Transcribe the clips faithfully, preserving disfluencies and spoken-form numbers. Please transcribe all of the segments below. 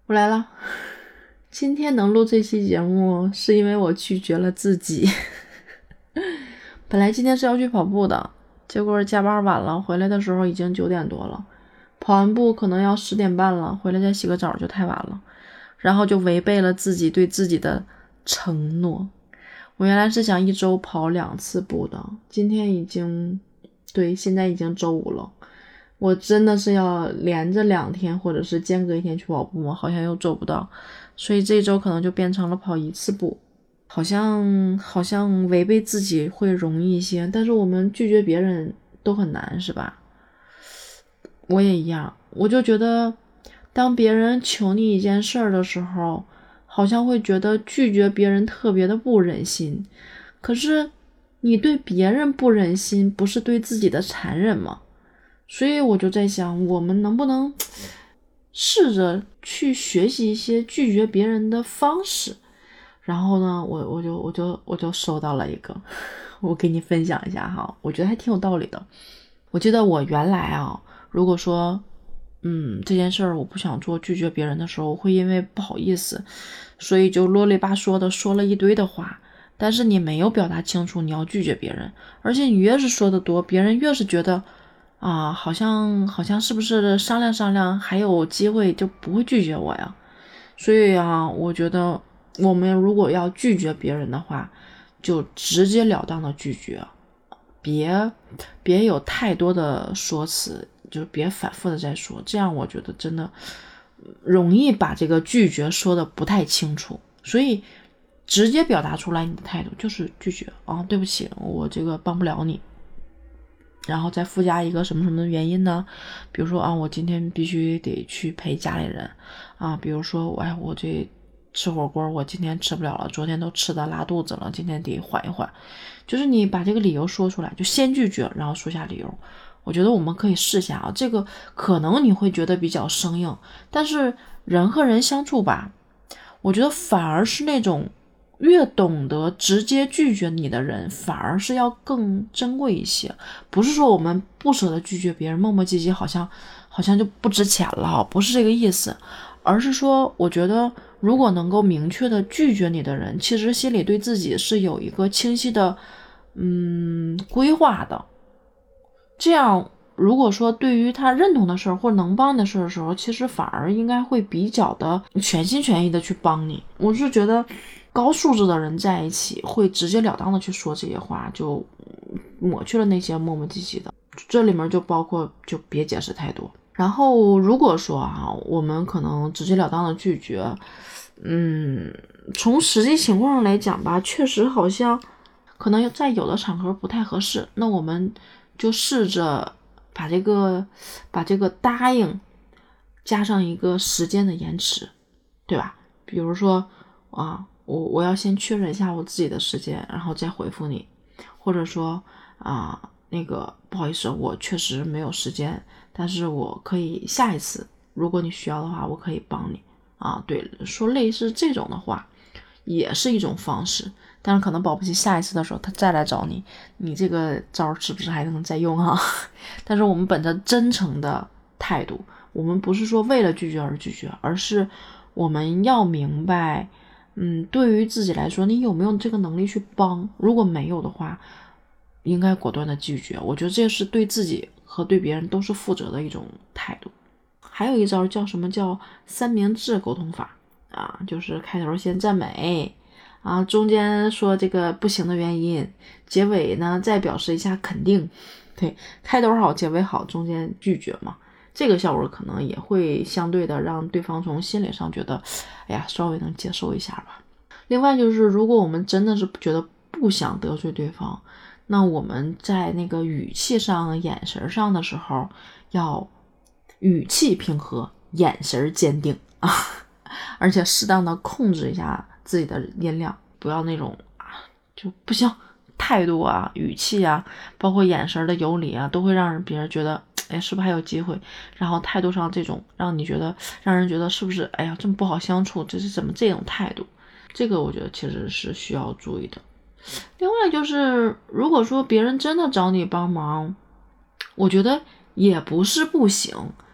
我来了。今天能录这期节目是因为我拒绝了自己。本来今天是要去跑步的，结果加班晚了，回来的时候已经九点多了，跑完步可能要十点半了，回来再洗个澡就太晚了，然后就违背了自己对自己的承诺。我原来是想一周跑两次步的，今天已经对现在已经周五了，我真的是要连着两天或者是间隔一天去跑步吗？好像又做不到，所以这一周可能就变成了跑一次步，好像好像违背自己会容易一些，但是我们拒绝别人都很难，是吧？我也一样，我就觉得当别人求你一件事儿的时候，好像会觉得拒绝别人特别的不忍心，可是你对别人不忍心不是对自己的残忍吗？所以我就在想，我们能不能试着去学习一些拒绝别人的方式。然后呢，我我就我就我就收到了一个，我给你分享一下哈，我觉得还挺有道理的。我记得我原来啊，如果说嗯这件事儿我不想做，拒绝别人的时候，我会因为不好意思，所以就啰里吧嗦的说了一堆的话，但是你没有表达清楚你要拒绝别人，而且你越是说的多，别人越是觉得啊，好像好像是不是商量商量还有机会就不会拒绝我呀。所以啊，我觉得我们如果要拒绝别人的话，就直截了当的拒绝，别别有太多的说辞，就别反复的再说，这样我觉得真的容易把这个拒绝说的不太清楚。所以直接表达出来你的态度就是拒绝啊，对不起，我这个帮不了你，然后再附加一个什么什么的原因呢？比如说啊，我今天必须得去陪家里人啊，比如说哎，我这吃火锅我今天吃不了了，昨天都吃的拉肚子了，今天得缓一缓。就是你把这个理由说出来，就先拒绝，然后说下理由。我觉得我们可以试下啊，这个可能你会觉得比较生硬，但是人和人相处吧，我觉得反而是那种越懂得直接拒绝你的人，反而是要更珍贵一些。不是说我们不舍得拒绝别人，磨磨唧唧好像好像就不值钱了，不是这个意思，而是说我觉得如果能够明确的拒绝你的人，其实心里对自己是有一个清晰的嗯规划的。这样如果说对于他认同的事儿或能帮你的事儿的时候，其实反而应该会比较的全心全意的去帮你。我是觉得高素质的人在一起会直截了当的去说这些话，就抹去了那些磨磨唧唧的，这里面就包括就别解释太多。然后如果说啊，我们可能直截了当的拒绝，嗯，从实际情况上来讲吧，确实好像可能在有的场合不太合适，那我们就试着把这个把这个答应加上一个时间的延迟，对吧？比如说啊，我我要先确认一下我自己的时间，然后再回复你，或者说啊，那个不好意思，我确实没有时间，但是我可以下一次，如果你需要的话，我可以帮你啊。对，说类似这种的话，也是一种方式。但是可能保不齐下一次的时候他再来找你，你这个招是不是还能再用啊？但是我们本着真诚的态度，我们不是说为了拒绝而拒绝，而是我们要明白嗯，对于自己来说，你有没有这个能力去帮？如果没有的话，应该果断的拒绝。我觉得这是对自己和对别人都是负责的一种态度。还有一招叫什么叫三明治沟通法啊，就是开头先赞美啊，中间说这个不行的原因，结尾呢再表示一下肯定。对，开头好，结尾好，中间拒绝嘛，这个效果可能也会相对的让对方从心理上觉得哎呀稍微能接受一下吧。另外就是如果我们真的是觉得不想得罪对方，那我们在那个语气上眼神上的时候要语气平和，眼神坚定啊，而且适当的控制一下自己的音量，不要那种啊就不行，态度啊语气啊包括眼神的游离啊都会让人别人觉得哎是不是还有机会，然后态度上这种让你觉得让人觉得是不是哎呀这么不好相处，这是怎么这种态度，这个我觉得其实是需要注意的。另外就是如果说别人真的找你帮忙，我觉得也不是不行，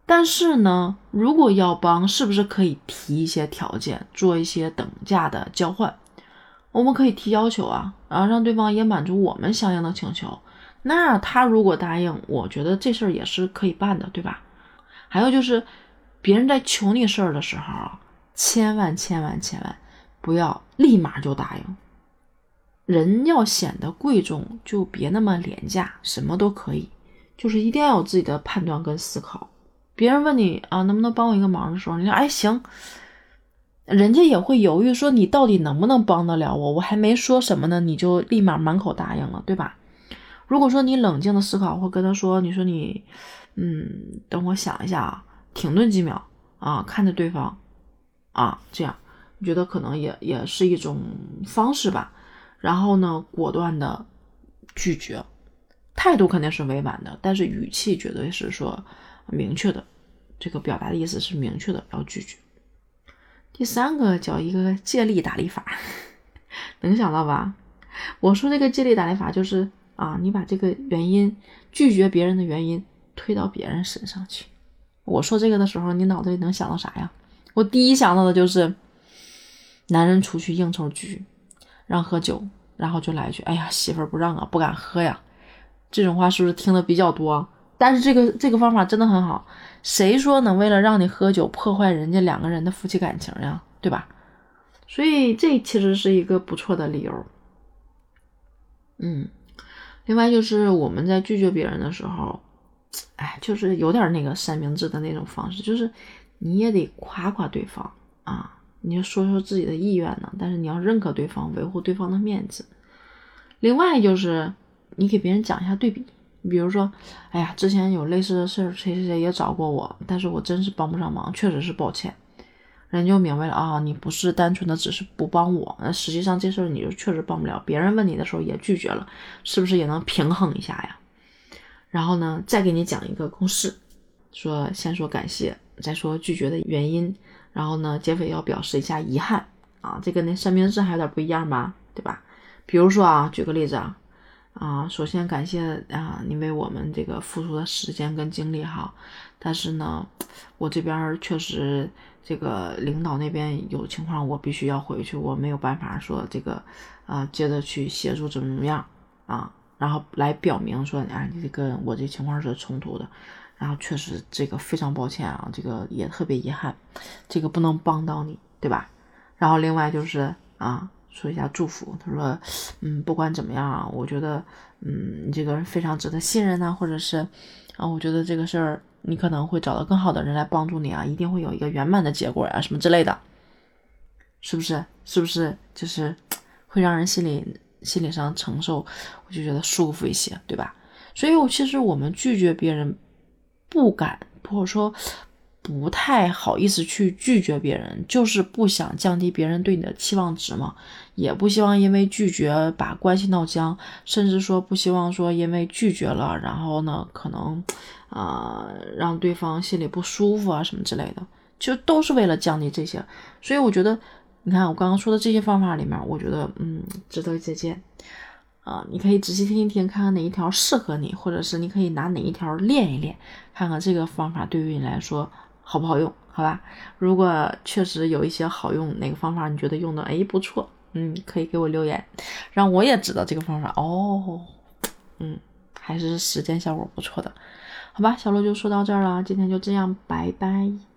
但是呢，如果要帮，是不是可以提一些条件，做一些等价的交换？我们可以提要求啊，然后让对方也满足我们相应的请求。那他如果答应，我觉得这事儿也是可以办的，对吧？还有就是别人在求你事儿的时候啊，千万千万千万不要立马就答应。人要显得贵重，就别那么廉价，什么都可以，就是一定要有自己的判断跟思考。别人问你啊，能不能帮我一个忙的时候，你说哎行，人家也会犹豫说你到底能不能帮得了我，我还没说什么呢，你就立马满口答应了，对吧？如果说你冷静的思考，或跟他说，你说你嗯，等我想一下啊，停顿几秒啊，看着对方啊，这样你觉得可能也也是一种方式吧。然后呢，果断的拒绝，态度肯定是委婉的，但是语气绝对是说明确的，这个表达的意思是明确的，要拒绝。第三个叫一个借力打力法，能想到吧？我说这个借力打力法就是啊，你把这个原因，拒绝别人的原因推到别人身上去。我说这个的时候，你脑子里能想到啥呀？我第一想到的就是男人出去应酬局让喝酒，然后就来一句哎呀媳妇儿不让啊，不敢喝呀。这种话是不是听的比较多？但是这个这个方法真的很好，谁说能为了让你喝酒破坏人家两个人的夫妻感情呀，对吧？所以这其实是一个不错的理由。嗯，另外就是我们在拒绝别人的时候，哎，就是有点那个三明治的那种方式，就是你也得夸夸对方啊，你就说说自己的意愿呢，但是你要认可对方，维护对方的面子。另外就是你给别人讲一下对比，比如说哎呀之前有类似的事儿，谁谁谁也找过我，但是我真是帮不上忙，确实是抱歉。人就明白了啊，你不是单纯的只是不帮我，那实际上这事儿你就确实帮不了，别人问你的时候也拒绝了，是不是也能平衡一下呀？然后呢再给你讲一个公式，说先说感谢，再说拒绝的原因，然后呢结尾要表示一下遗憾啊，这跟那三明治还有点不一样吧，对吧？比如说啊，举个例子啊啊，首先感谢啊你为我们这个付出的时间跟精力哈，但是呢我这边确实这个领导那边有情况我必须要回去，我没有办法说这个啊接着去协助怎么怎么样啊，然后来表明说啊这个我这情况是冲突的，然后确实这个非常抱歉啊，这个也特别遗憾，这个不能帮到你，对吧？然后另外就是啊说一下祝福，他说嗯不管怎么样啊，我觉得嗯你这个人非常值得信任啊，或者是啊我觉得这个事儿你可能会找到更好的人来帮助你啊，一定会有一个圆满的结果啊什么之类的，是不是是不是就是会让人心里心理上承受，我就觉得舒服一些，对吧？所以我其实我们拒绝别人不敢或者说不太好意思去拒绝别人，就是不想降低别人对你的期望值嘛，也不希望因为拒绝把关系闹僵，甚至说不希望说因为拒绝了然后呢可能啊、呃、让对方心里不舒服啊什么之类的，就都是为了降低这些。所以我觉得你看我刚刚说的这些方法里面，我觉得嗯值得借鉴啊，你可以仔细听一听，看看哪一条适合你，或者是你可以拿哪一条练一练，看看这个方法对于你来说好不好用，好吧？如果确实有一些好用，哪个方法你觉得用的哎不错，嗯，可以给我留言，让我也知道这个方法哦，嗯，还是实践效果不错的，好吧？小鹿就说到这儿了，今天就这样，拜拜。